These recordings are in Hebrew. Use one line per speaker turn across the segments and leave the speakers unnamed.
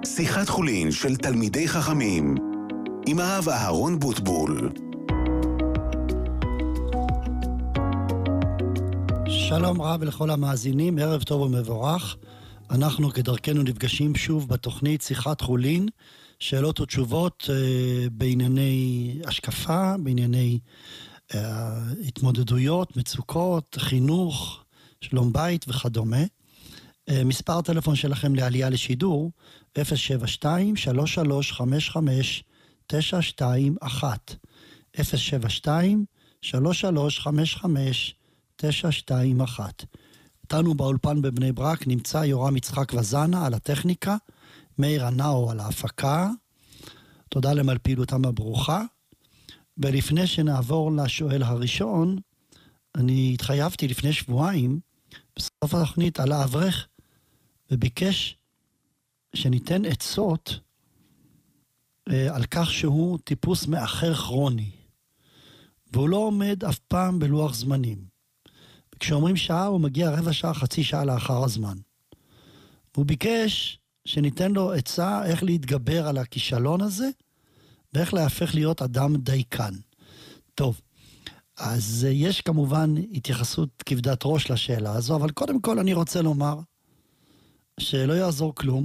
שיחת חולין של תלמידי חכמים עם הרב אהרון בוטבול.
שלום רב לכל המאזינים, ערב טוב ומבורך. אנחנו כדרכנו נפגשים שוב בתוכנית שיחת חולין, שאלות ותשובות בענייני השקפה, בענייני התמודדויות, מצוקות, חינוך, שלום בית וכדומה. מספר הטלפון שלכם לעלייה לשידור 072-3355-921 072-3355-921. איתנו באולפן בבני ברק נמצא יורם יצחק וזנה על הטכניקה, מאיר ענאו על ההפקה. תודה להם על פעילותם הברוכה. ולפני שנעבור לשואל הראשון, אני התחייבתי לפני שבועיים, בסוף התוכנית עלה אברך, וביקש שניתן עצות על כך שהוא טיפוס מאחר כרוני, והוא לא עומד אף פעם בלוח זמנים. כשאומרים שעה הוא מגיע רבע שעה, חצי שעה לאחר הזמן. והוא ביקש שניתן לו עצה איך להתגבר על הכישלון הזה, ואיך להפך להיות אדם דייקן. טוב, אז יש כמובן התייחסות כבדת ראש לשאלה הזו, אבל קודם כל אני רוצה לומר שלא יעזור כלום.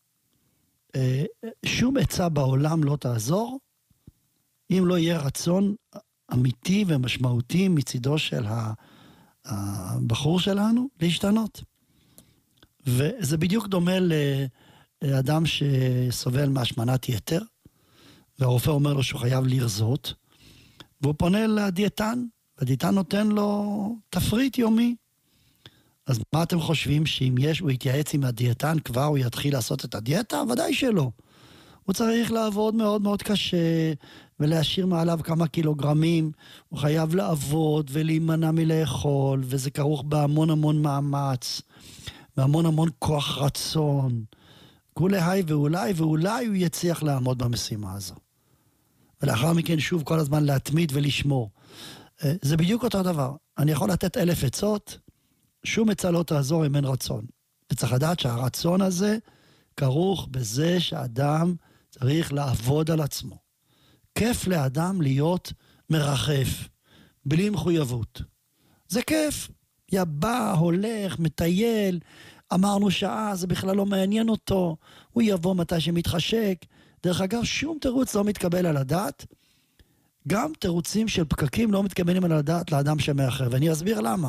שום עצה בעולם לא תעזור, אם לא יהיה רצון אמיתי ומשמעותי מצידו של הבחור שלנו להשתנות. וזה בדיוק דומה לאדם שסובל מהשמנת יתר, והרופא אומר לו שהוא חייב לרזות, והוא פונה לדיאטן, והדיאטן נותן לו תפריט יומי. אז מה אתם חושבים, שאם הוא יתייעץ עם הדיאטן, כבר הוא יתחיל לעשות את הדיאטה? ודאי שלא. הוא צריך לעבוד מאוד מאוד קשה, ולהשאיר מעליו כמה קילוגרמים, הוא חייב לעבוד ולהימנע מלאכול, וזה כרוך בהמון המון מאמץ, והמון המון כוח רצון. כולי היי ואולי הוא יצליח לעמוד במשימה הזו. ולאחר מכן שוב כל הזמן להתמיד ולשמור. זה בדיוק אותו דבר. אני יכול לתת 1000 עצות, שום עצה לא תעזור אם אין רצון. וצריך לדעת שהרצון הזה כרוך בזה שאדם צריך לעבוד על עצמו. כיף לאדם להיות מרחף, בלי מחויבות. זה כיף. בא, הולך, מטייל, אמרנו שעה, זה בכלל לא מעניין אותו, הוא יבוא מתי שמתחשק. דרך אגב, שום תירוץ לא מתקבל על הדעת, גם תירוצים של פקקים לא מתקבלים על הדעת לאדם שמאחר, ואני אסביר למה.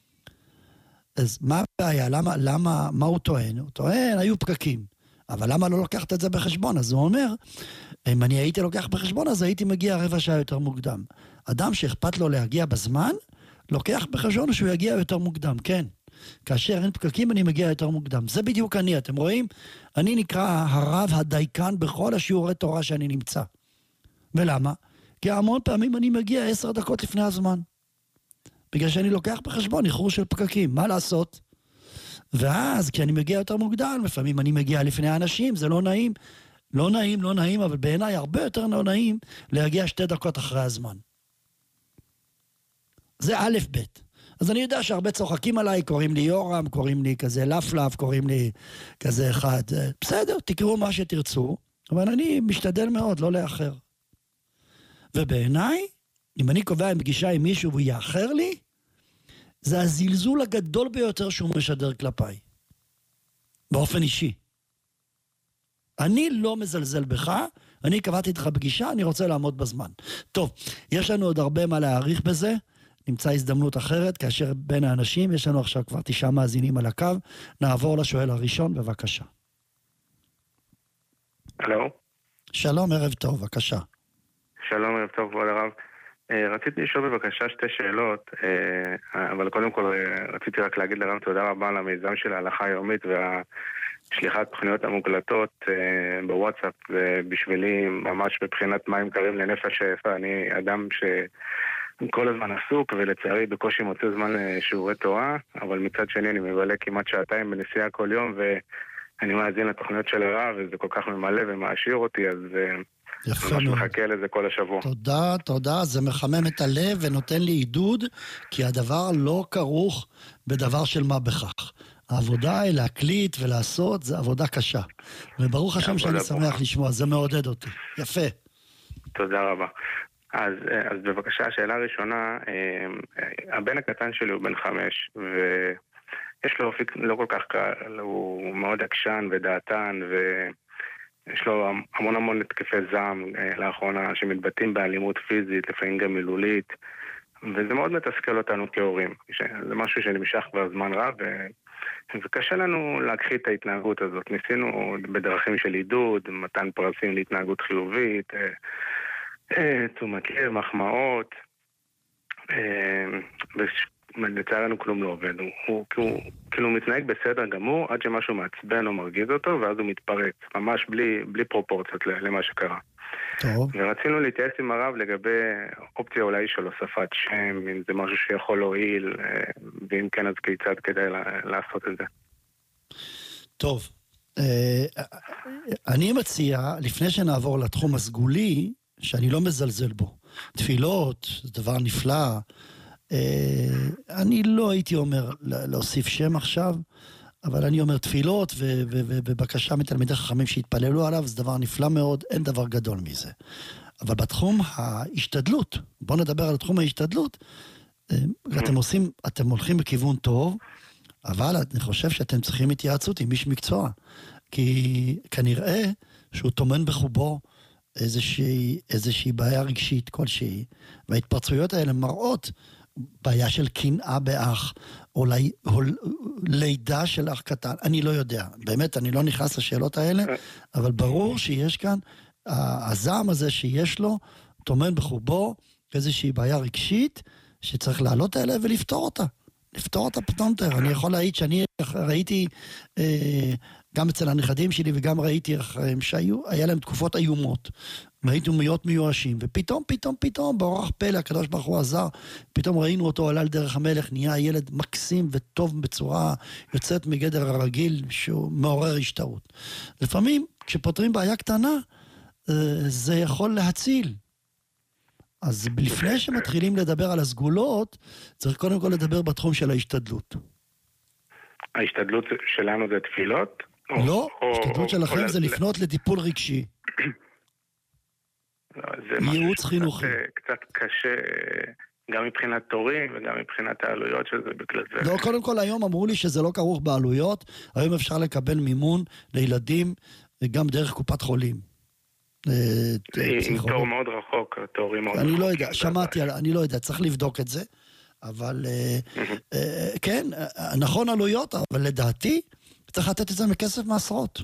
אז מה הבעיה? מה הוא טוען? הוא טוען, היו פקקים. אבל למה לא לוקחת את זה בחשבון? אז הוא אומר, אם אני הייתי לוקח בחשבון, אז הייתי מגיע רבע שעה יותר מוקדם. אדם שאכפת לו להגיע בזמן, לוקח בחשבון שהוא יגיע יותר מוקדם, כן. כאשר אין פקקים אני מגיע יותר מוקדם. זה בדיוק אני, אתם רואים? אני נקרא הרב הדייקן בכל השיעורי תורה שאני נמצא. ולמה? כי המון פעמים אני מגיע 10 דקות לפני הזמן. בגלל שאני לוקח בחשבון איחור של פקקים. מה לעשות? ואז, כי אני מגיע יותר מוקדם, לפעמים אני מגיע לפני האנשים, זה לא נעים. לא נעים, אבל בעיניי הרבה יותר לא נעים להגיע 2 דקות אחרי הזמן. זה א' ב'. אז אני יודע שהרבה צוחקים עליי, קוראים לי יורם, קוראים לי כזה לפלף, קוראים לי כזה אחד. בסדר, תקראו מה שתרצו, אבל אני משתדל מאוד לא לאחר. ובעיניי, אם אני קובע עם פגישה עם מישהו והוא יאחר לי, זה הזלזול הגדול ביותר שהוא משדר כלפיי. באופן אישי. אני לא מזלזל בך, אני קבעתי איתך פגישה, אני רוצה לעמוד בזמן. טוב, יש לנו עוד הרבה מה להעריך בזה, נמצא הזדמנות אחרת, כאשר בין האנשים, יש לנו עכשיו כבר 9 מאזינים על הקו, נעבור לשואל הראשון, בבקשה.
הלו.
שלום, ערב טוב, בבקשה.
שלום, ערב טוב, כבוד הרב. רציתי לשאול בבקשה 2 שאלות, אבל קודם כל רציתי רק להגיד לרב תודה רבה על המיזם של ההלכה היומית והשליחת תוכניות המוקלטות בוואטסאפ, בשבילי ממש מבחינת מים קרים לנפש היפה. אני אדם כל הזמן עסוק, ולצערי בקושי מוצא זמן לשיעורי תורה, אבל מצד שני אני מבלה כמעט 2 שעות בנסיעה כל יום, ואני מאזין לתוכניות של הרב, וזה כל כך ממלא ומעשיר אותי, אז ממש מחכה לזה כל השבוע.
תודה, זה מחמם את הלב ונותן לי עידוד, כי הדבר לא כרוך בדבר של מה בכך. העבודה היא להקליט ולעשות, זה עבודה קשה. וברוך השם שאני שמח לשמוע, זה מעודד אותי. יפה.
תודה רבה. אז בבקשה, השאלה הראשונה, הבן הקטן שלי הוא בן 5, ויש לו אופי לא כל כך קל, הוא מאוד עקשן ודעתן, ויש לו המון התקפי זעם לאחרונה, שמתבטאים באלימות פיזית, לפעמים גם מילולית, וזה מאוד מתסכל אותנו כהורים. זה משהו שנמשך כבר זמן רב, וקשה לנו להכחיד את ההתנהגות הזאת. ניסינו בדרכים של עידוד, מתן פרסים להתנהגות חיובית, תשומת לב, מחמאות, ולצערנו כלום לא עובד. הוא כאילו מתנהג בסדר גמור עד שמשהו מעצבן או מרגיז אותו, ואז הוא מתפרץ, ממש בלי פרופורציות למה שקרה.
טוב.
ורצינו להתייעץ עם הרב לגבי אופציה אולי של הוספת שם, אם זה משהו שיכול להועיל, ואם כן אז כיצד כדאי לעשות את זה.
טוב, אני מציע, לפני שנעבור לתחום הסגולי, שאני לא מזלזל בו, תפילות, זה דבר נפלא, אני לא הייתי אומר להוסיף שם עכשיו, אבל אני אומר תפילות ובקשה מתלמידי חכמים שהתפללו עליו, זה דבר נפלא מאוד, אין דבר גדול מזה. אבל בתחום ההשתדלות, בואו נדבר על תחום ההשתדלות, אתם הולכים בכיוון טוב, אבל אני חושב שאתם צריכים התייעצות עם איש מקצוע, כי כנראה שהוא טומן בחובו איזושהי בעיה רגשית כלשהי, וההתפרצויות האלה מראות בעיה של קנאה באח, או לידה של אח קטן, אני לא יודע, באמת אני לא נכנס לשאלות האלה, אבל ברור שיש כאן, הזעם הזה שיש לו, טומן בחובו איזושהי בעיה רגשית, שצריך לעלות אליה ולפתור אותה. לפתור אותה פתאומתר. אני יכול להעיד שאני ראיתי, גם אצל הנכדים שלי וגם ראיתי איך הם היה להם תקופות איומות, והיינו להיות מיואשים, ופתאום, באורח פלא, הקדוש ברוך הוא עזר, פתאום ראינו אותו עלה לדרך המלך, נהיה ילד מקסים וטוב בצורה יוצאת מגדר הרגיל, שהוא מעורר השתאות. לפעמים, כשפותרים בעיה קטנה, זה יכול להציל. אז לפני שמתחילים לדבר על הסגולות, צריך קודם כל לדבר בתחום של ההשתדלות.
ההשתדלות שלנו זה תפילות?
לא, ההשתדלות שלכם זה לפנות לטיפול רגשי. ייעוץ חינוכי.
קצת קשה, גם מבחינת תורים וגם מבחינת העלויות שזה בגלל זה.
לא, קודם כל היום אמרו לי שזה לא כרוך בעלויות, היום אפשר לקבל מימון לילדים גם דרך קופת חולים.
עם תור מאוד רחוק, תורים מאוד רחוק.
אני לא יודע, שמעתי, אני לא יודע, צריך לבדוק את זה, אבל כן, נכון עלויות, אבל לדעתי צריך לתת את זה מכסף מעשרות.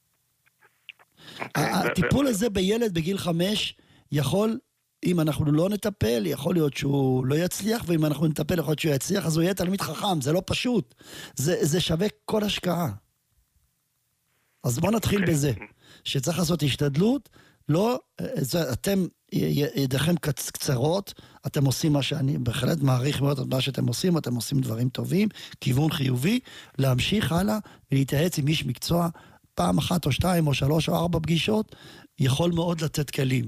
הטיפול הזה בילד בגיל 5 יכול, אם אנחנו לא נטפל, יכול להיות שהוא לא יצליח, ואם אנחנו נטפל יכול להיות שהוא יצליח, אז הוא יהיה תלמיד חכם, זה לא פשוט. זה שווה כל השקעה. אז בואו נתחיל בזה, שצריך לעשות השתדלות, לא, אתם ידיכם קצרות, אתם עושים מה שאני בהחלט מעריך מאוד את מה שאתם עושים, אתם עושים דברים טובים, כיוון חיובי, להמשיך הלאה ולהתייעץ עם איש מקצוע, פעם 1 או 2 או 3 או 4 פגישות, יכול מאוד לתת כלים.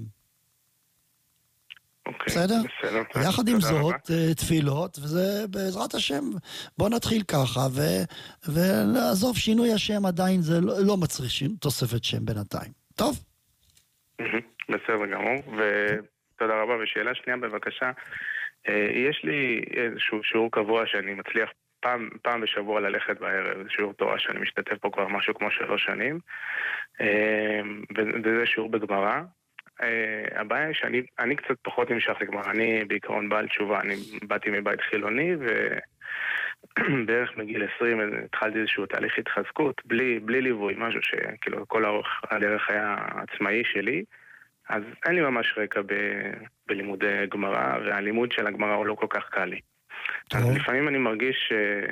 בסדר? יחד עם זאת, תפילות, וזה בעזרת השם, בוא נתחיל ככה, ולעזוב שינוי השם עדיין, זה לא מצריך תוספת שם בינתיים. טוב?
בסדר גמור, ותודה רבה. ושאלה שנייה בבקשה, יש לי איזשהו שיעור קבוע שאני מצליח פעם בשבוע ללכת בערב, זה שיעור תורה שאני משתתף פה כבר משהו כמו 3 שנים, וזה שיעור בגמרא. הבעיה היא שאני קצת פחות נמשך לגמרא, אני בעיקרון בעל תשובה, אני באתי מבית חילוני, ובערך מגיל 20 התחלתי איזשהו תהליך התחזקות, בלי ליווי, משהו שכאילו כל האורך הדרך היה עצמאי שלי, אז אין לי ממש רקע בלימודי גמרא, והלימוד של הגמרא הוא לא כל כך קל לי. אז לפעמים אני מרגיש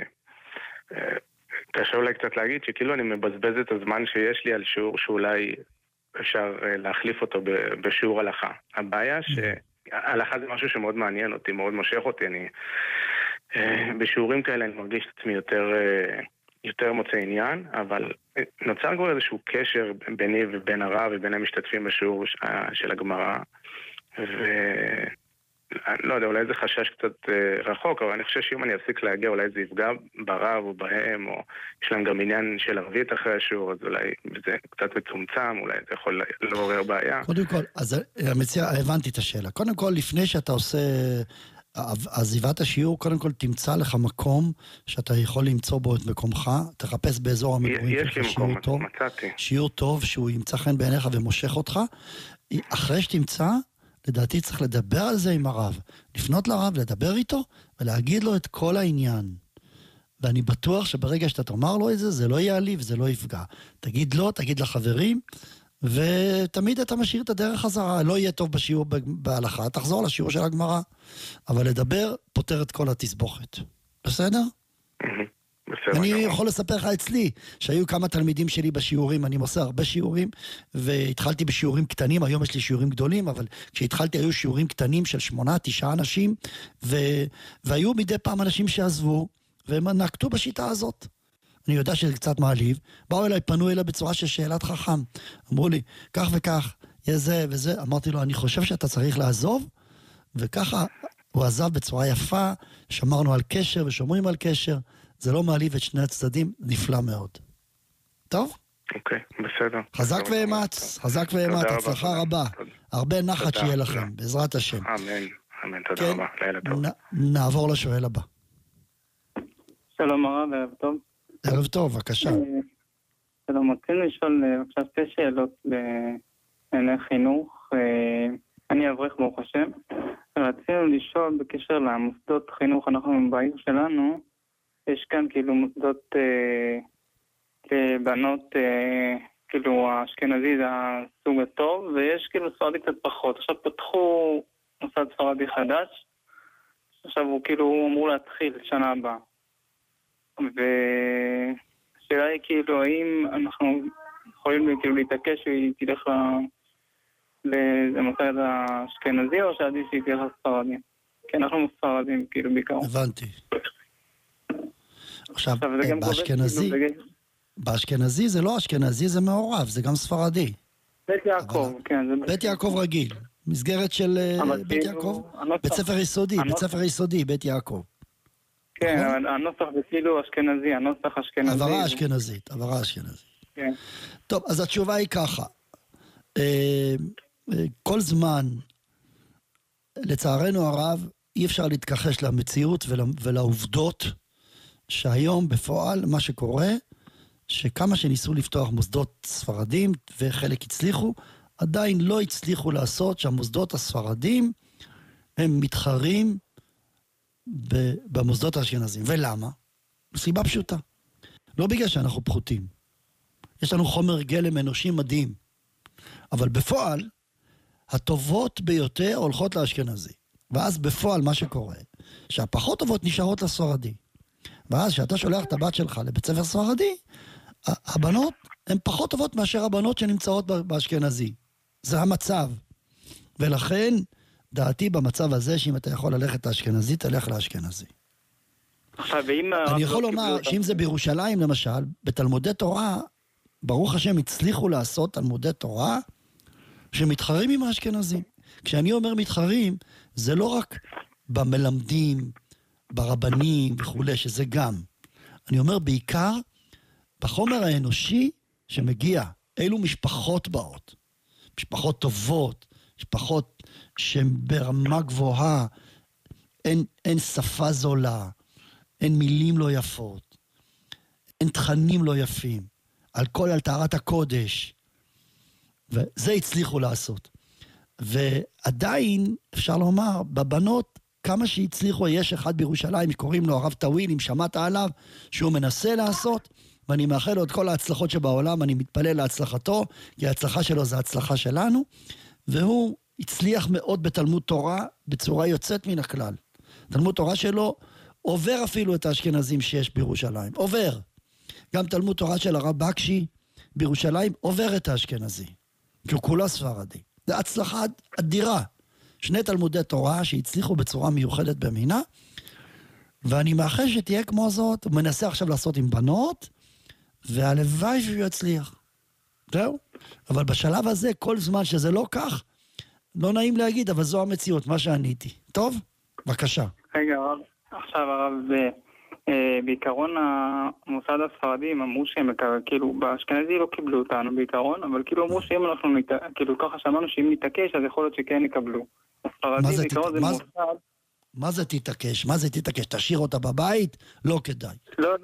קשה אולי קצת להגיד שכאילו אני מבזבז את הזמן שיש לי על שיעור שאולי אפשר להחליף אותו בשיעור הלכה. הבעיה שההלכה זה משהו שמאוד מעניין אותי, מאוד מושך אותי. בשיעורים כאלה אני מרגיש את עצמי יותר מוצא עניין, אבל נוצר כבר איזשהו קשר ביני ובין הרב ובין המשתתפים בשיעור של הגמרא, אני לא יודע, אולי זה חשש קצת רחוק, אבל אני חושב שאם אני אפסיק להגיע, אולי זה יפגע ברב או בהם, או יש להם גם עניין של ערבית אחרי השיעור, אז אולי זה קצת מצומצם, אולי זה יכול לעורר בעיה.
קודם כל, אז המציע, הבנתי את השאלה. קודם כל, לפני שאתה עושה עזיבת השיעור, קודם כל תמצא לך מקום שאתה יכול למצוא בו את מקומך, תחפש באזור המגורים שלך שיעור טוב.
מצאתי.
שיעור טוב שהוא ימצא חן בעיניך ומושך אותך. אחרי שתמצא, לדעתי צריך לדבר על זה עם הרב. לפנות לרב, לדבר איתו ולהגיד לו את כל העניין. ואני בטוח שברגע שאתה תאמר לו את זה, זה לא יעליב, זה לא יפגע. תגיד לו, תגיד לחברים, ותמיד אתה משאיר את הדרך חזרה. לא יהיה טוב בשיעור בהלכה, תחזור לשיעור של הגמרא. אבל לדבר פותר את כל התסבוכת. בסדר? אני יכול לספר לך אצלי, שהיו כמה תלמידים שלי בשיעורים, אני עושה הרבה שיעורים, והתחלתי בשיעורים קטנים, היום יש לי שיעורים גדולים, אבל כשהתחלתי היו שיעורים קטנים של 8-9 אנשים, והיו מדי פעם אנשים שעזבו, והם נקטו בשיטה הזאת. אני יודע שזה קצת מעליב, באו אליי, פנו אליי בצורה של שאלת חכם, אמרו לי, כך וכך, יש זה וזה, אמרתי לו, אני חושב שאתה צריך לעזוב, וככה הוא עזב בצורה יפה, שמרנו על קשר ושומרים על קשר, זה לא מעליב את שני הצדדים, נפלא מאוד. טוב?
אוקיי, בסדר.
חזק ואמץ, חזק ואמץ, הצלחה רבה. הרבה נחת שיהיה לכם, בעזרת השם.
אמן, אמן, תודה רבה, לילה טוב.
נעבור לשואל הבא.
שלום הרב, ערב טוב.
ערב טוב, בבקשה.
שלום, רצינו לשאול עכשיו 2 שאלות לענייני חינוך. אני אברך ברוך השם. רצינו לשאול בקשר למוסדות חינוך, אנחנו בעיר שלנו, יש כאן כאילו מוסדות לבנות, כאילו האשכנזי זה הסוג הטוב, ויש כאילו ספרדי קצת פחות. עכשיו פתחו מוסד ספרדי חדש, עכשיו הוא כאילו אמור להתחיל שנה הבאה. והשאלה היא כאילו, האם אנחנו יכולים כאילו להתעקש שהיא תלך למוסד האשכנזי, או שעדיף שהיא תלך לספרדים? כי אנחנו ספרדים כאילו בעיקר.
הבנתי. עכשיו, באשכנזי זה לא אשכנזי, זה מעורב, זה גם ספרדי.
בית יעקב, כן.
בית יעקב רגיל, מסגרת של בית יעקב, בית ספר יסודי, בית יעקב.
כן, הנוסח זה כאילו אשכנזי, הנוסח אשכנזי.
עברה אשכנזית.
כן.
טוב, אז התשובה היא ככה. כל זמן, לצערנו הרב, אי אפשר להתכחש למציאות ולעובדות, שהיום בפועל מה שקורה, שכמה שניסו לפתוח מוסדות ספרדים, וחלק הצליחו, עדיין לא הצליחו לעשות שהמוסדות הספרדים הם מתחרים במוסדות האשכנזים. ולמה? סיבה פשוטה. לא בגלל שאנחנו פחותים. יש לנו חומר גלם אנושי מדהים. אבל בפועל, הטובות ביותר הולכות לאשכנזי. ואז בפועל מה שקורה, שהפחות טובות נשארות לספרדי. ואז כשאתה שולח את הבת שלך לבית ספר ספרדי, הבנות הן פחות טובות מאשר הבנות שנמצאות באשכנזי. זה המצב. ולכן, דעתי במצב הזה, שאם אתה יכול ללכת לאשכנזי, תלך לאשכנזי. אני יכול לומר שאם זה בירושלים, למשל, בתלמודי תורה, ברוך השם, הצליחו לעשות תלמודי תורה שמתחרים עם האשכנזים. כשאני אומר מתחרים, זה לא רק במלמדים, ברבנים וכו', שזה גם. אני אומר בעיקר, בחומר האנושי שמגיע, אילו משפחות באות. משפחות טובות, משפחות שהן ברמה גבוהה, אין שפה זולה, אין מילים לא יפות, אין תכנים לא יפים, על טהרת הקודש, וזה הצליחו לעשות. ועדיין, אפשר לומר, בבנות, כמה שהצליחו, יש אחד בירושלים, שקוראים לו הרב טוויל, אם שמעת עליו, שהוא מנסה לעשות, ואני מאחל לו את כל ההצלחות שבעולם, אני מתפלל להצלחתו, כי ההצלחה שלו זה ההצלחה שלנו, והוא הצליח מאוד בתלמוד תורה, בצורה יוצאת מן הכלל. תלמוד תורה שלו עובר אפילו את האשכנזים שיש בירושלים, עובר. גם תלמוד תורה של הרב בקשי בירושלים עובר את האשכנזי, כי הוא כולו ספרדי. זה הצלחה אדירה. 2 תלמודי תורה שהצליחו בצורה מיוחדת במינה, ואני מאחל שתהיה כמו זאת, הוא מנסה עכשיו לעשות עם בנות, והלוואי שהוא יצליח. זהו. אבל בשלב הזה, כל זמן שזה לא כך, לא נעים להגיד, אבל זו המציאות, מה שעניתי. טוב? בבקשה.
רגע, הרב, עכשיו הרב, בעיקרון המוסד הספרדים אמרו שהם, כאילו, באשכנזי לא קיבלו אותנו בעיקרון, אבל כאילו אמרו שאם אנחנו, כאילו, ככה שמענו שאם נתעקש, אז יכול להיות שכן יקבלו. הספרדים בעיקרון זה מוסד...
מה זה תתעקש? מה זה תתעקש? תשאיר אותה בבית? לא כדאי.
לא.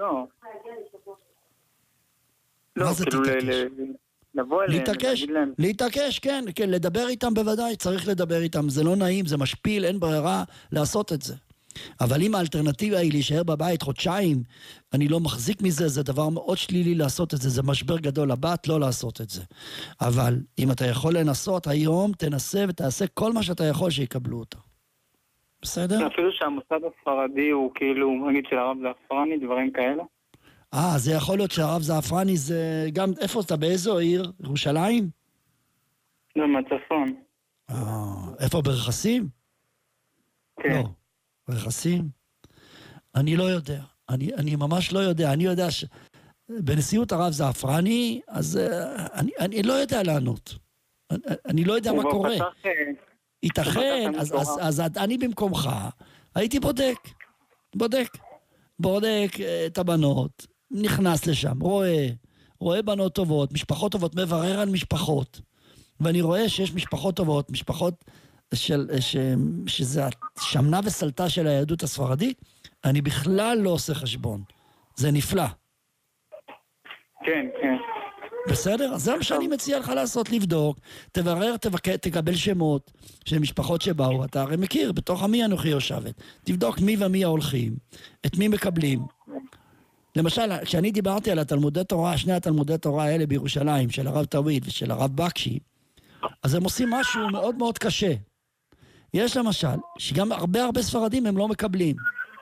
מה זה תתעקש?
לבוא אליהם,
להתעקש, כן, לדבר איתם בוודאי, צריך לדבר איתם, זה לא נעים, זה משפיל, אין ברירה לעשות את זה. אבל אם האלטרנטיבה היא להישאר בבית חודשיים, אני לא מחזיק מזה, זה דבר מאוד שלילי לעשות את זה, זה משבר גדול לבת, לא לעשות את זה. אבל אם אתה יכול לנסות היום, תנסה ותעשה כל מה שאתה יכול שיקבלו אותה. בסדר?
אפילו שהמוסד הספרדי הוא כאילו, נגיד של הרב זעפרני, דברים כאלה?
זה יכול להיות שהרב זעפרני זה גם, איפה אתה? באיזו עיר? ירושלים?
לא, מהצפון.
איפה, ברכסים?
כן.
לא, ברכסים? אני לא יודע. אני ממש לא יודע. אני יודע שבנשיאות הרב זעפרני, אז אני לא יודע לענות. אני לא יודע מה קורה. ייתכן, אז אני במקומך, הייתי בודק את הבנות, נכנס לשם, רואה בנות טובות, משפחות טובות, מברר על משפחות, ואני רואה שיש משפחות טובות, משפחות שזה השמנה וסלטה של היהדות הספרדית, אני בכלל לא עושה חשבון. זה נפלא.
כן.
בסדר? אז זה מה שאני מציע לך לעשות, לבדוק, תברר, תקבל שמות של משפחות שבאו, אתה הרי מכיר, בתוך עמי אנוכי יושבת, תבדוק מי ומי ההולכים, את מי מקבלים. למשל, כשאני דיברתי על התלמודי תורה, שני התלמודי תורה האלה בירושלים, של הרב טוויד ושל הרב בקשי, אז הם עושים משהו מאוד מאוד קשה. יש למשל, שגם הרבה ספרדים הם לא מקבלים.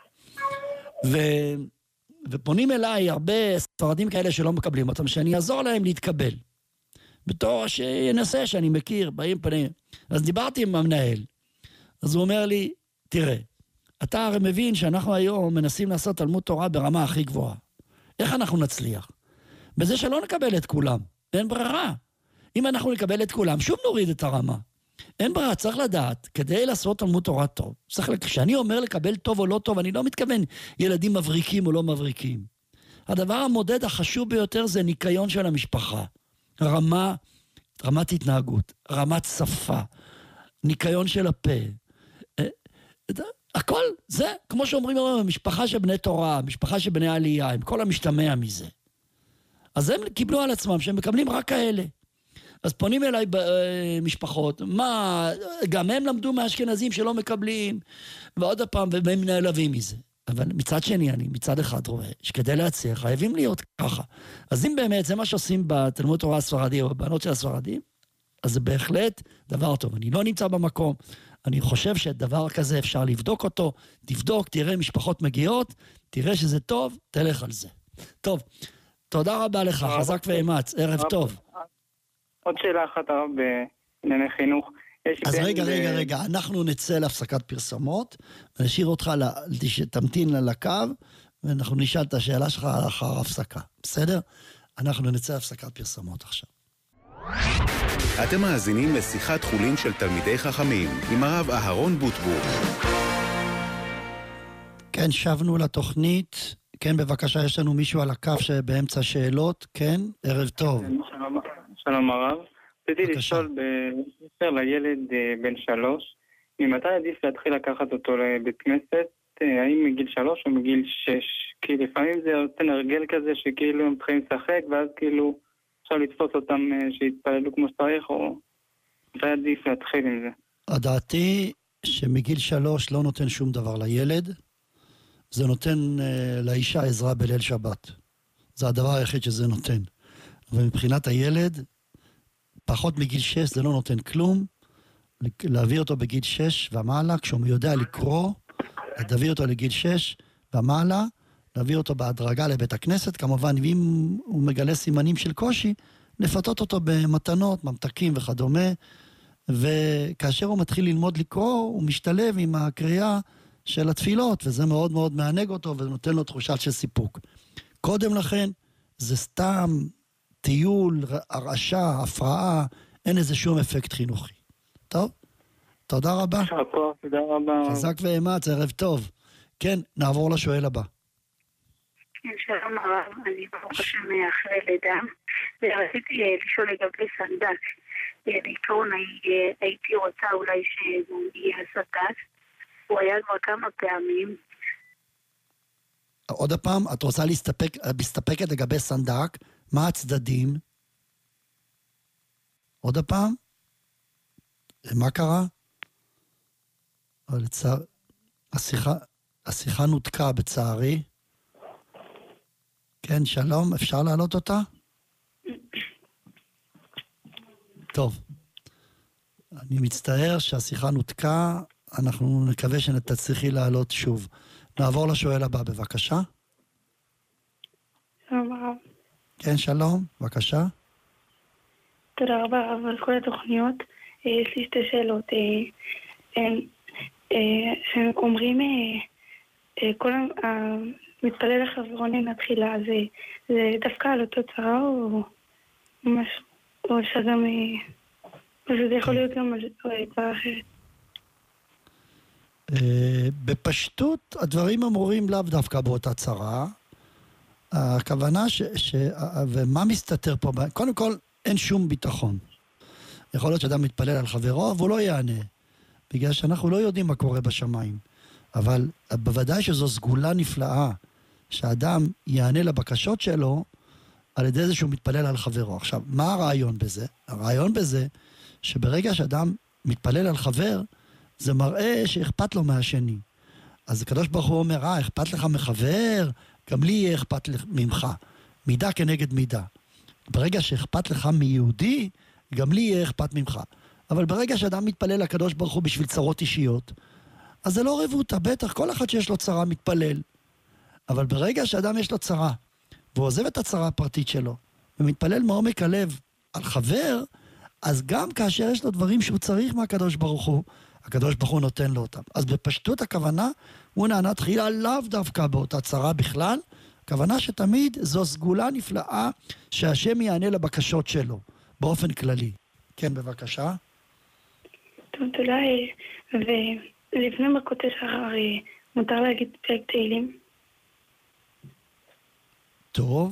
ופונים אליי הרבה ספרדים כאלה שלא מקבלים אותם, שאני אעזור להם להתקבל. בתור שינסה שאני מכיר, באים פנים. אז דיברתי עם המנהל. אז הוא אומר לי, תראה, אתה הרי מבין שאנחנו היום מנסים לעשות תלמוד תורה ברמה הכי גבוהה. איך אנחנו נצליח? בזה שלא נקבל את כולם. אין ברירה. אם אנחנו נקבל את כולם, שוב נוריד את הרמה. אין ברירה, צריך לדעת, כדי לעשות תלמוד תורה טוב. כשאני אומר לקבל טוב או לא טוב, אני לא מתכוון ילדים מבריקים או לא מבריקים. הדבר המודד החשוב ביותר זה ניקיון של המשפחה. רמת התנהגות, רמת שפה, ניקיון של הפה. הכל זה, כמו שאומרים, משפחה של בני תורה, משפחה של בני עלייה, עם כל המשתמע מזה. אז הם קיבלו על עצמם שהם מקבלים רק כאלה. אז פונים אליי משפחות, גם הם למדו מהאשכנזים שלא מקבלים, ועוד הפעם, והם נעלבים מזה. אבל מצד שני, אני מצד אחד רואה, שכדי להצליח, חייבים להיות ככה. אז אם באמת זה מה שעושים בתלמוד תורה הספרדי, או בבנות של הספרדים, אז זה בהחלט דבר טוב. אני לא נמצא במקום, אני חושב שדבר כזה אפשר לבדוק אותו, תבדוק, תראה משפחות מגיעות, תראה שזה טוב, תלך על זה. טוב, תודה רבה לך, חזק ואמץ, ערב טוב.
עוד שאלה אחת הרב בענייני חינוך.
אז רגע, אנחנו נצא להפסקת פרסומות, ונשאיר אותך, תמתין לקו, ואנחנו נשאל את השאלה שלך לאחר הפסקה, בסדר? אנחנו נצא להפסקת פרסומות עכשיו.
אתם מאזינים לשיחת חולין של תלמידי חכמים, עם הרב אהרון בוטבור.
כן, שבנו לתוכנית. כן, בבקשה, יש לנו מישהו על הקו שבאמצע שאלות. כן, ערב טוב.
שלום הרב. רציתי לשאול בספר לילד בן 3, ממתי עדיף להתחיל לקחת אותו לבית כנסת, האם מגיל 3 או מגיל 6? כי לפעמים זה נותן הרגל כזה שכאילו הם צריכים לשחק, ואז כאילו אפשר לתפוס אותם שיתפעלו כמו שצריך, או מתי עדיף להתחיל עם זה?
הדעתי שמגיל 3 לא נותן שום דבר לילד, זה נותן לאישה עזרה בליל שבת. זה הדבר היחיד שזה נותן. ומבחינת הילד, פחות מגיל 6 זה לא נותן כלום. להביא אותו בגיל 6 ומעלה, כשהוא יודע לקרוא, להביא אותו לגיל 6 ומעלה, להביא אותו בהדרגה לבית הכנסת, כמובן, ואם הוא מגלה סימנים של קושי, לפתות אותו במתנות, ממתקים וכדומה, וכאשר הוא מתחיל ללמוד לקרוא, הוא משתלב עם הקריאה של התפילות, וזה מאוד מאוד מענג אותו, ונותן לו תחושה של סיפוק. קודם לכן, זה סתם טיול, הרעשה, הפרעה, אין איזה שום אפקט חינוכי. טוב? תודה רבה.
שרפו, תודה רבה.
חזק ואמץ, ערב טוב. כן, נעבור לשואל הבא.
שלום הרב, אני ברוך השם אחרי לידה, ורציתי לשאול לגבי סנדק. בעיקרון הייתי רוצה אולי שהוא יהיה סדק, הוא היה כבר כמה פעמים.
עוד הפעם, את רוצה להסתפקת לגבי סנדק, מה הצדדים? עוד הפעם? מה קרה? השיחה נותקה בצערי. כן, שלום, אפשר להעלות אותה? טוב. אני מצטער שהשיחה נותקה, אנחנו נקווה שתצליחי להעלות שוב. נעבור לשואל הבא, בבקשה.
שלום הרב.
כן, שלום, בבקשה.
תודה רבה הרב על כל התוכניות. יש לי שתי שאלות. שאומרים כל המתפלל לחברונים לתחילה, זה דווקא על אותו צרה או שגם... וזה יכול להיות גם על צרה אחרת.
בפשטות הדברים אמורים לאו דווקא באותה צרה. הכוונה ומה מסתתר פה? קודם כל, אין שום ביטחון. יכול להיות שאדם מתפלל על חברו, והוא לא יענה. בגלל שאנחנו לא יודעים מה קורה בשמיים. אבל בוודאי שזו סגולה נפלאה, שהאדם יענה לבקשות שלו, על ידי זה שהוא מתפלל על חברו. עכשיו, מה הרעיון בזה? הרעיון בזה, שברגע שאדם מתפלל על חבר, זה מראה שאכפת לו מהשני. אז הקדוש ברוך הוא אומר, אכפת לך מחבר? גם לי יהיה אכפת ממך. מידה כנגד מידה. ברגע שאכפת לך מיהודי, גם לי יהיה אכפת ממך. אבל ברגע שאדם מתפלל לקדוש ברוך הוא בשביל צרות אישיות, אז זה לא רבותא, בטח, כל אחד שיש לו צרה מתפלל. אבל ברגע שאדם יש לו צרה, והוא עוזב את הצרה הפרטית שלו, ומתפלל מעומק הלב על חבר, אז גם כאשר יש לו דברים שהוא צריך מהקדוש ברוך הוא, הקדוש ברוך הוא נותן לו אותם. אז בפשטות הכוונה, הוא נענה תחילה לאו דווקא באותה צרה בכלל, הכוונה שתמיד זו סגולה נפלאה שהשם יענה לבקשות שלו, באופן כללי. כן, בבקשה.
טוב, תודה. ולפני מכות השחר, מותר להגיד פרק תהילים?
טוב.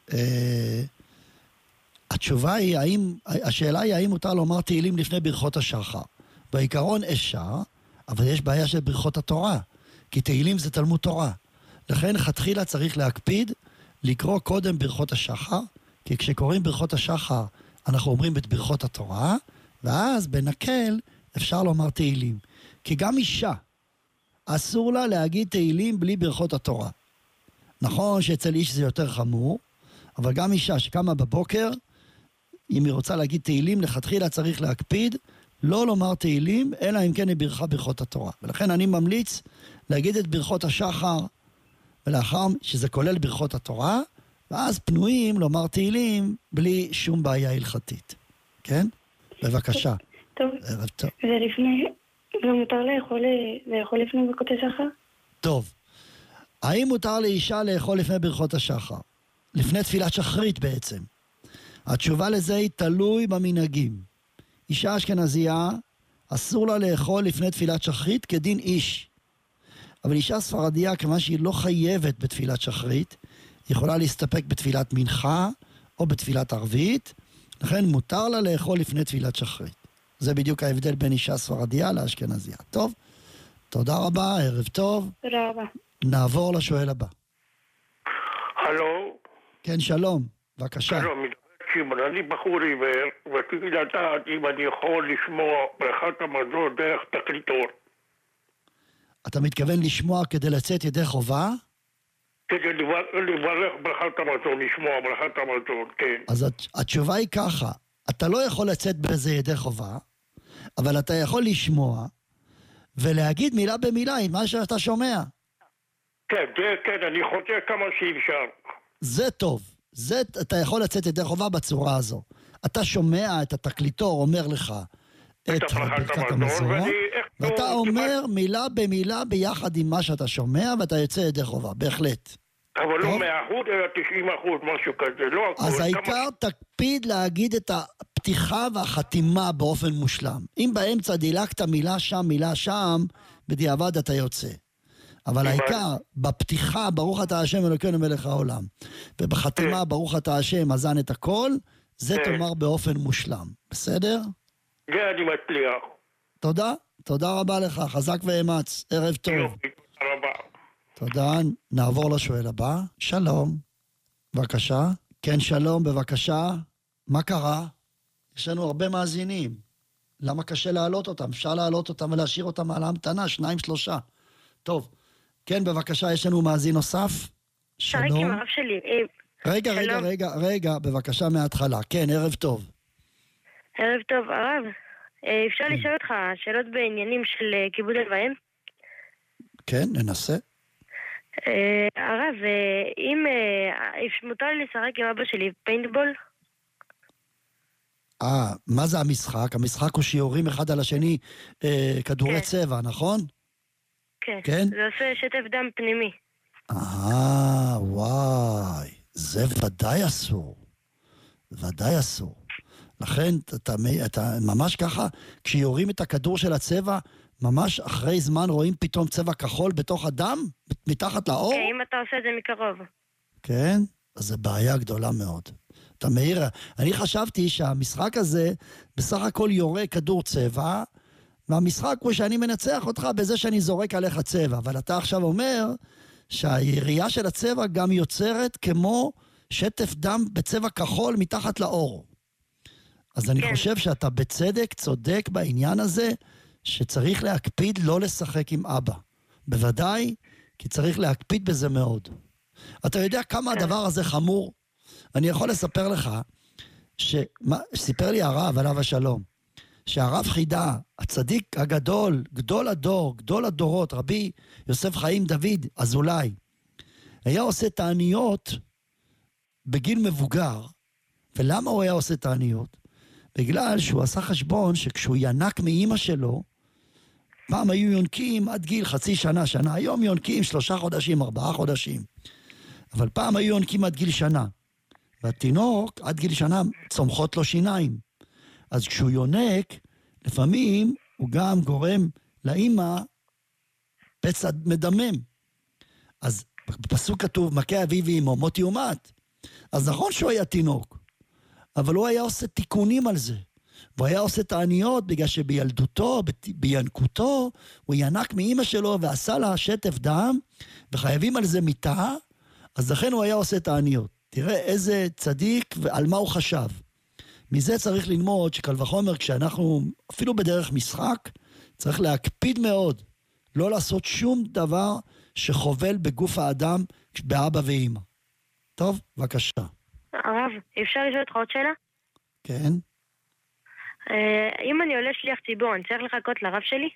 התשובה היא, השאלה היא האם מותר לומר תהילים לפני ברכות השחר. בעיקרון אפשר, אבל יש בעיה של ברכות התורה, כי תהילים זה תלמוד תורה. לכן חתחילה צריך להקפיד לקרוא קודם ברכות השחר, כי כשקוראים ברכות השחר אנחנו אומרים את ברכות התורה, ואז בנקל אפשר לומר תהילים. כי גם אישה אסור לה להגיד תהילים בלי ברכות התורה. נכון שאצל איש זה יותר חמור, אבל גם אישה שקמה בבוקר, אם היא רוצה להגיד תהילים, לכתחילה צריך להקפיד לא לומר תהילים, אלא אם כן היא ברכה ברכות התורה. ולכן אני ממליץ להגיד את ברכות השחר, ולאחר שזה כולל ברכות התורה, ואז פנויים לומר תהילים בלי שום בעיה הלכתית. כן? בבקשה.
טוב.
ערב טוב.
ולפני, ומותר לאכול לפני ברכות השחר?
טוב. האם מותר לאישה לאכול לפני ברכות השחר? לפני תפילת שחרית בעצם. התשובה לזה היא תלוי במנהגים. אישה אשכנזייה אסור לה לאכול לפני תפילת שחרית כדין איש. אבל אישה ספרדיה, כמה שהיא לא חייבת בתפילת שחרית, היא יכולה להסתפק בתפילת מנחה או בתפילת ערבית, לכן מותר לה לאכול לפני תפילת שחרית. זה בדיוק ההבדל בין אישה ספרדיה לאשכנזייה. טוב? תודה רבה, ערב טוב.
תודה רבה.
נעבור לשואל הבא.
הלו?
כן, שלום. בבקשה.
שלום, שמעון, אני בחור עיוור, ורציתי לדעת אם אני יכול לשמוע ברכת המזון דרך תקליטור.
אתה מתכוון לשמוע כדי לצאת ידי חובה?
כדי לברך ברכת המזון, לשמוע ברכת המזון, כן.
אז התשובה היא ככה, אתה לא יכול לצאת בזה ידי חובה, אבל אתה יכול לשמוע ולהגיד מילה במילה עם מה שאתה שומע.
כן, אני חושב כמה שאפשר.
זה טוב. אתה יכול לצאת ידי חובה בצורה הזו. אתה שומע את התקליטור אומר לך את ברכת המזון, ואתה אומר מילה במילה ביחד עם מה שאתה שומע, ואתה יוצא ידי חובה, בהחלט.
אבל לא 100%, אלא 90%, משהו כזה, לא הכל.
אז העיקר תקפיד להגיד את הפתיחה והחתימה באופן מושלם. אם באמצע דילגת מילה שם, בדיעבד אתה יוצא. אבל העיקר, בפתיחה, ברוך אתה השם אלוקינו מלך העולם, ובחתימה, ברוך אתה השם, אזן את הכל, זה תאמר באופן מושלם. בסדר?
זה אני מצליח.
תודה, תודה רבה לך, חזק ואמץ, ערב טוב.
תודה רבה.
תודה, נעבור לשואל הבא. שלום, בבקשה. כן, שלום, בבקשה. מה קרה? יש לנו הרבה מאזינים. למה קשה להעלות אותם? אפשר להעלות אותם ולהשאיר אותם על ההמתנה, 2-3. טוב, כן, בבקשה, יש לנו מאזין נוסף.
שרק עם הרב שלי.
רגע, בבקשה מההתחלה. כן, ערב טוב.
ערב טוב, הרב. אפשר לשאול אותך שאלות בעניינים של כיבוד אב ואם?
כן, ננסה.
הרב, אם מותר לי לשחק עם אבא שלי פיינטבול?
מה זה המשחק? המשחק הוא שיורים אחד על השני כדורי צבע, נכון?
כן. זה עושה שטף דם פנימי.
וואי, זה ודאי אסור. ודאי אסור. לכן, אתה ממש ככה, כשיורים את הכדור של הצבע, ממש אחרי זמן רואים פתאום צבע כחול בתוך הדם, מתחת לאור?
כן, אם אתה עושה את זה מקרוב.
כן? אז זה בעיה גדולה מאוד. אתה מאיר, אני חשבתי שהמשחק הזה בסך הכל יורה כדור צבע, והמשחק הוא שאני מנצח אותך בזה שאני זורק עליך צבע, אבל אתה עכשיו אומר שהירייה של הצבע גם יוצרת כמו שטף דם בצבע כחול מתחת לאור. אז אני חושב שאתה בצדק צודק בעניין הזה, שצריך להקפיד לא לשחק עם אבא. בוודאי, כי צריך להקפיד בזה מאוד. אתה יודע כמה הדבר הזה חמור? אני יכול לספר לך, שסיפר לי הרב עליו השלום, שהרב חידה, הצדיק הגדול, גדול הדור, גדול הדורות, רבי יוסף חיים דוד אזולאי, היה עושה תעניות בגיל מבוגר. ולמה הוא היה עושה תעניות? בגלל שהוא עשה חשבון שכשהוא ינק מאמא שלו, פעם היו יונקים עד גיל חצי שנה, שנה. היום יונקים 3 חודשים, 4 חודשים. אבל פעם היו יונקים עד גיל שנה. והתינוק עד גיל שנה צומחות לו שיניים. אז כשהוא יונק, לפעמים הוא גם גורם לאמא פצע מדמם. אז בפסוק כתוב, מכה אביו ואמו, מות יומת. אז נכון שהוא היה תינוק, אבל הוא היה עושה תיקונים על זה. והוא היה עושה תעניות בגלל שבילדותו, בינקותו, הוא ינק מאמא שלו ועשה לה שטף דם, וחייבים על זה מיטה, אז לכן הוא היה עושה תעניות. תראה איזה צדיק ועל מה הוא חשב. מזה צריך ללמוד שקל וחומר כשאנחנו, אפילו בדרך משחק, צריך להקפיד מאוד, לא לעשות שום דבר שחובל בגוף האדם באבא ואמא. טוב, בבקשה.
הרב, אפשר לשאול אותך עוד שאלה?
כן.
אם אני עולה שליח ציבור, אני צריך לחכות לרב שלי?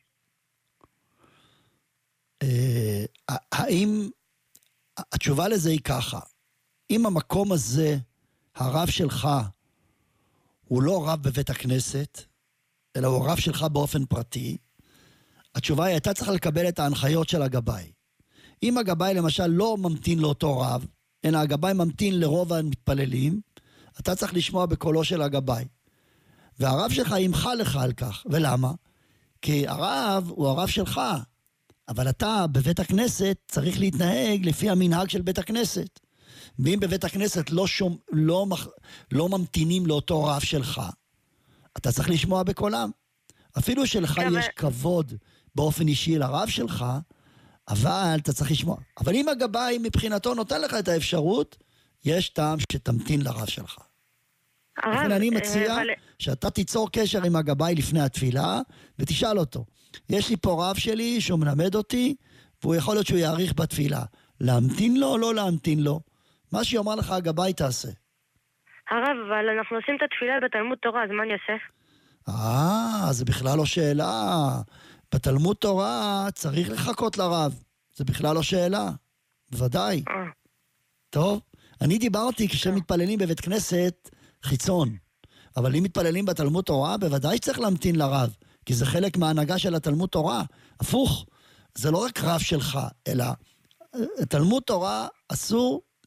האם, התשובה לזה היא ככה, אם המקום הזה, הרב שלך, הוא לא רב בבית הכנסת, אלא הוא רב שלך באופן פרטי, התשובה היא, אתה צריך לקבל את ההנחיות של הגבאי. אם הגבאי למשל לא ממתין לאותו רב, אלא הגבאי ממתין לרוב המתפללים, אתה צריך לשמוע בקולו של הגבאי. והרב שלך ימחה לך על כך. ולמה? כי הרב הוא הרב שלך, אבל אתה בבית הכנסת צריך להתנהג לפי המנהג של בית הכנסת. ואם בבית הכנסת לא ממתינים לאותו רב שלך, אתה צריך לשמוע בקולם. אפילו שלך יש כבוד באופן אישי לרב שלך, אבל אתה צריך לשמוע. אבל אם הגבאי מבחינתו נותן לך את האפשרות, יש טעם שתמתין לרב שלך. לכן אני מציע שאתה תיצור קשר עם הגבאי לפני התפילה, ותשאל אותו. יש לי פה רב שלי שהוא מלמד אותי, והוא יכול להיות שהוא יאריך בתפילה. להמתין לו או לא להמתין לו? מה שיאמר לך הגבאי תעשה.
הרב, אבל אנחנו עושים את התפילה בתלמוד תורה, אז מה אני עושה?
זה בכלל לא שאלה. בתלמוד תורה צריך לחכות לרב. זה בכלל לא שאלה. בוודאי. טוב, אני דיברתי כשמתפללים בבית כנסת חיצון. אבל אם מתפללים בתלמוד תורה, בוודאי שצריך להמתין לרב. כי זה חלק מההנהגה של התלמוד תורה. הפוך, זה לא רק רב שלך, אלא תלמוד תורה אסור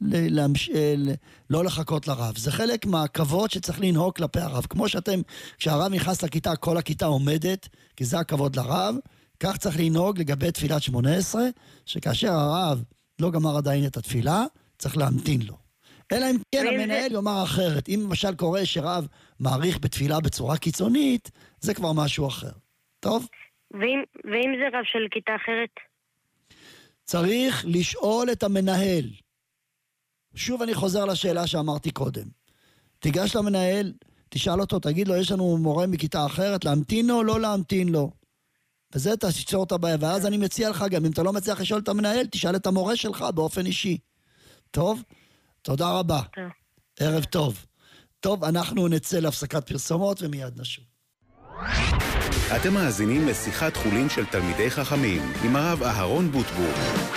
לא לחכות לרב. זה חלק מהכבוד שצריך לנהוג כלפי הרב. כמו כשהרב נכנס לכיתה, כל הכיתה עומדת, כי זה הכבוד לרב, כך צריך לנהוג לגבי תפילת 18, שכאשר הרב לא גמר עדיין את התפילה, צריך להמתין לו. אלא אם כן המנהל יאמר אחרת. אם למשל קורה שרב מעריך בתפילה בצורה קיצונית, זה כבר משהו אחר. טוב?
ואם זה רב של כיתה אחרת?
צריך לשאול את המנהל. שוב אני חוזר לשאלה שאמרתי קודם. תיגש למנהל, תשאל אותו, תגיד לו, יש לנו מורה מכיתה אחרת, להמתין לו או לא להמתין לו? וזה תשאור את הבעיה. ואז אני מציע לך גם, אם אתה לא מצליח לשאול את המנהל, תשאל את המורה שלך באופן אישי. טוב? תודה רבה.
טוב.
ערב טוב. טוב, אנחנו נצא להפסקת פרסומות ומיד נשוב.
אתם מאזינים לשיחת חולין של תלמידי חכמים עם הרב אהרון בוטבור.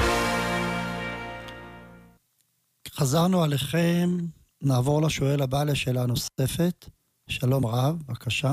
חזרנו עליכם, נעבור לשואל הבא לשאלה נוספת. שלום רב, בבקשה.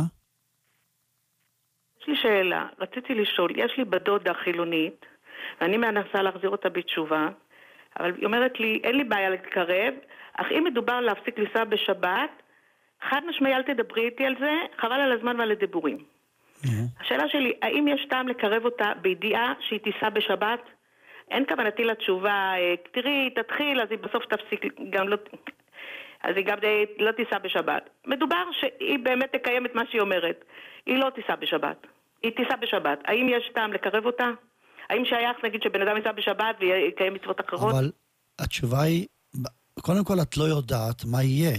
יש לי שאלה, רציתי לשאול, יש לי בדודה חילונית, ואני מנסה להחזיר אותה בתשובה, אבל היא אומרת לי, אין לי בעיה להתקרב, אך אם מדובר להפסיק לנסוע בשבת, חד משמעי אל תדברי איתי על זה, חבל על הזמן ועל הדיבורים. השאלה שלי, האם יש טעם לקרב אותה בידיעה שהיא תיסע בשבת? אין כוונתי לתשובה, תראי, תתחיל, אז היא בסוף תפסיק, גם לא, אז היא גם לא תיסע בשבת. מדובר שהיא באמת תקיים את מה שהיא אומרת. היא לא תיסע בשבת. היא תיסע בשבת. האם יש טעם לקרב אותה? האם שייך, נגיד, שבן אדם ייסע בשבת ויקיים מצוות אחרות?
אבל התשובה היא, קודם כל את לא יודעת מה יהיה.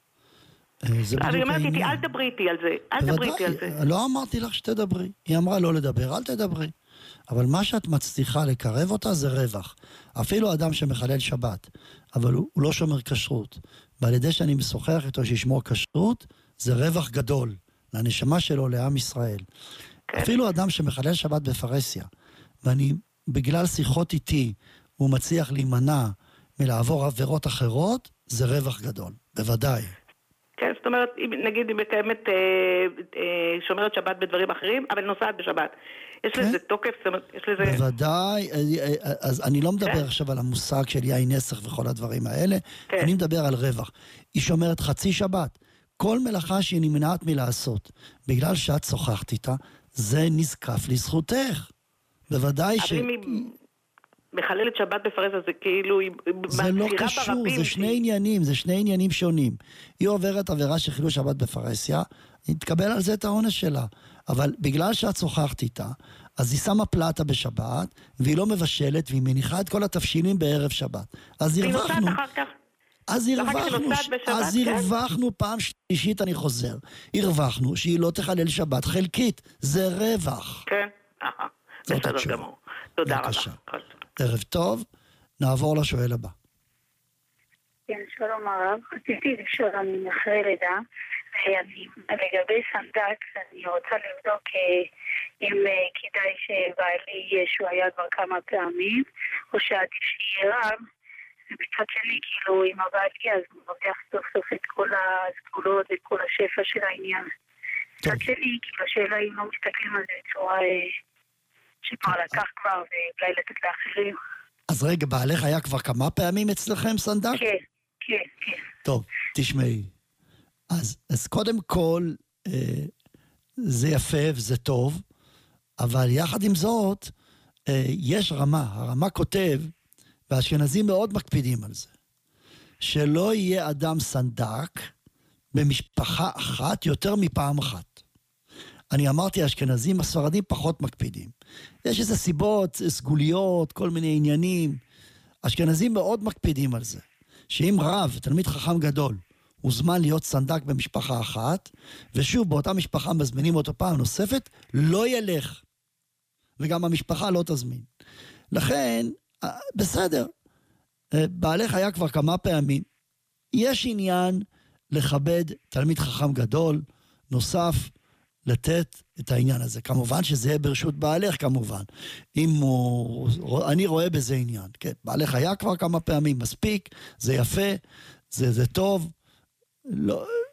אז היא אומרת איתי, אל דברי איתי על זה. אל דברי איתי על זה.
לא אמרתי לך שתדברי. היא אמרה לא לדבר, אל תדברי. אבל מה שאת מצליחה לקרב אותה זה רווח. אפילו אדם שמחלל שבת, אבל הוא לא שומר כשרות. ועל ידי שאני משוחח איתו שישמור כשרות, זה רווח גדול לנשמה שלו, לעם ישראל. כן. אפילו אדם שמחלל שבת בפרסיה, ואני, בגלל שיחות איתי, הוא מצליח להימנע מלעבור עבירות אחרות, זה רווח גדול, בוודאי.
כן, זאת אומרת, נגיד היא מקיימת שומרת שבת בדברים אחרים, אבל נוסעת בשבת. יש לזה תוקף, זאת אומרת, יש לזה...
בוודאי, אז אני לא מדבר עכשיו על המושג של יין נסך וכל הדברים האלה, אני מדבר על רווח. היא שומרת חצי שבת. כל מלאכה שהיא נמנעת מלעשות, בגלל שאת שוחחת איתה, זה נזקף לזכותך. בוודאי ש...
אבל אם היא מחללת שבת בפרסיה, זה כאילו...
זה לא קשור, זה שני עניינים, זה שני עניינים שונים. היא עוברת עבירה של חילול שבת בפרסיה, היא תקבל על זה את העונש שלה. אבל בגלל שאת שוחחת איתה, אז היא שמה פלטה בשבת, והיא לא מבשלת, והיא מניחה את כל התבשילים בערב שבת. אז הרווחנו. אז הרווחנו פעם שלישית, אני חוזר. הרווחנו שהיא לא תחלל שבת חלקית. זה רווח.
כן, זאת התשובה. תודה רבה.
ערב טוב, נעבור לשואל הבא.
כן, שלום הרב. רציתי לשאול אני אחרי לידה, לגבי סנדק, אני רוצה לבדוק אם כדאי שבעלי שהוא היה כבר כמה פעמים, או שעדיף שיהיה רב, ובצד שני, כאילו, אם הבעלי אז הוא לוקח סוף סוף את כל הסגולות ואת כל השפע של העניין. בצד שני, כאילו, השאלה אם לא מסתכלים על זה בצורה שכבר לקח כבר ואולי לתת לאחרים.
אז רגע, בעלך היה כבר כמה פעמים אצלכם סנדק?
כן, כן, כן.
טוב, תשמעי. אז קודם כל, זה יפה וזה טוב, אבל יחד עם זאת, יש רמה. הרמה כותב, והאשכנזים מאוד מקפידים על זה, שלא יהיה אדם סנדק במשפחה אחת יותר מפעם אחת. אני אמרתי, האשכנזים הספרדים פחות מקפידים. יש איזה סיבות, סגוליות, כל מיני עניינים. האשכנזים מאוד מקפידים על זה. שאם רב, תלמיד חכם גדול, הוא זמן להיות סנדק במשפחה אחת, ושוב, באותה משפחה מזמינים אותו פעם נוספת, לא ילך. וגם המשפחה לא תזמין. לכן, בסדר, בעלך היה כבר כמה פעמים. יש עניין לכבד תלמיד חכם גדול, נוסף, לתת את העניין הזה. כמובן שזה יהיה ברשות בעלך, כמובן. אני רואה בזה עניין. כן, בעלך היה כבר כמה פעמים, מספיק, זה יפה, זה טוב. לא,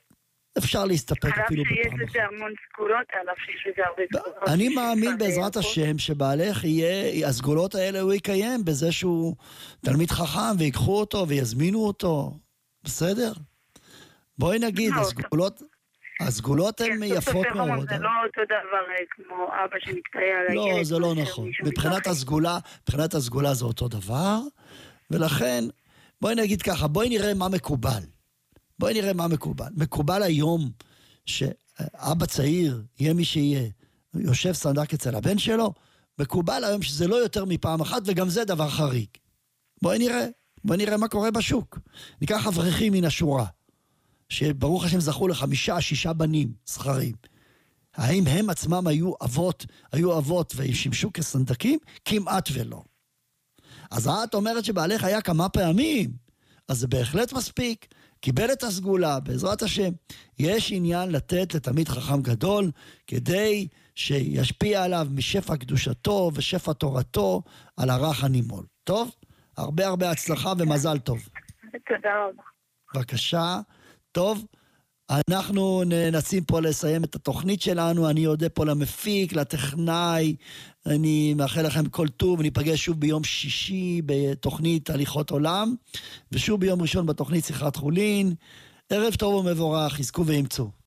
אפשר להסתפק אפילו בפעם אחת.
על אף שיש לזה המון סגולות, על אף שיש לזה הרבה סגולות.
אני מאמין בעזרת השם שבעלך יהיה, הסגולות האלה הוא יקיים בזה שהוא תלמיד חכם ויקחו אותו ויזמינו אותו. בסדר? בואי נגיד, הסגולות הן יפות מאוד.
זה לא אותו דבר כמו אבא שמתקרא על הילד.
לא, זה לא נכון. מבחינת הסגולה זה אותו דבר, ולכן בואי נגיד ככה, בואי נראה מה מקובל. מקובל היום שאבא צעיר, יהיה מי שיהיה, יושב סנדק אצל הבן שלו, מקובל היום שזה לא יותר מפעם אחת, וגם זה דבר חריג. בואי נראה מה קורה בשוק. ניקח אברכים מן השורה, שברוך השם זכו ל5-6 בנים זכרים. האם הם עצמם היו אבות וישמשו כסנדקים? כמעט ולא. אז את אומרת שבעלך היה כמה פעמים, אז זה בהחלט מספיק. קיבל את הסגולה, בעזרת השם. יש עניין לתת לתלמיד חכם גדול, כדי שישפיע עליו משפע קדושתו ושפע תורתו על הרך הנימול. טוב? הרבה הצלחה ומזל טוב.
תודה רבה.
בבקשה. טוב, אנחנו ננסים פה לסיים את התוכנית שלנו, אני יודע פה למפיק, לטכנאי, אני מאחל לכם כל טוב, ניפגש שוב ביום שישי בתוכנית הליכות עולם, ושוב ביום ראשון בתוכנית שיחת חולין. ערב טוב ומבורך, חזקו ואמצו.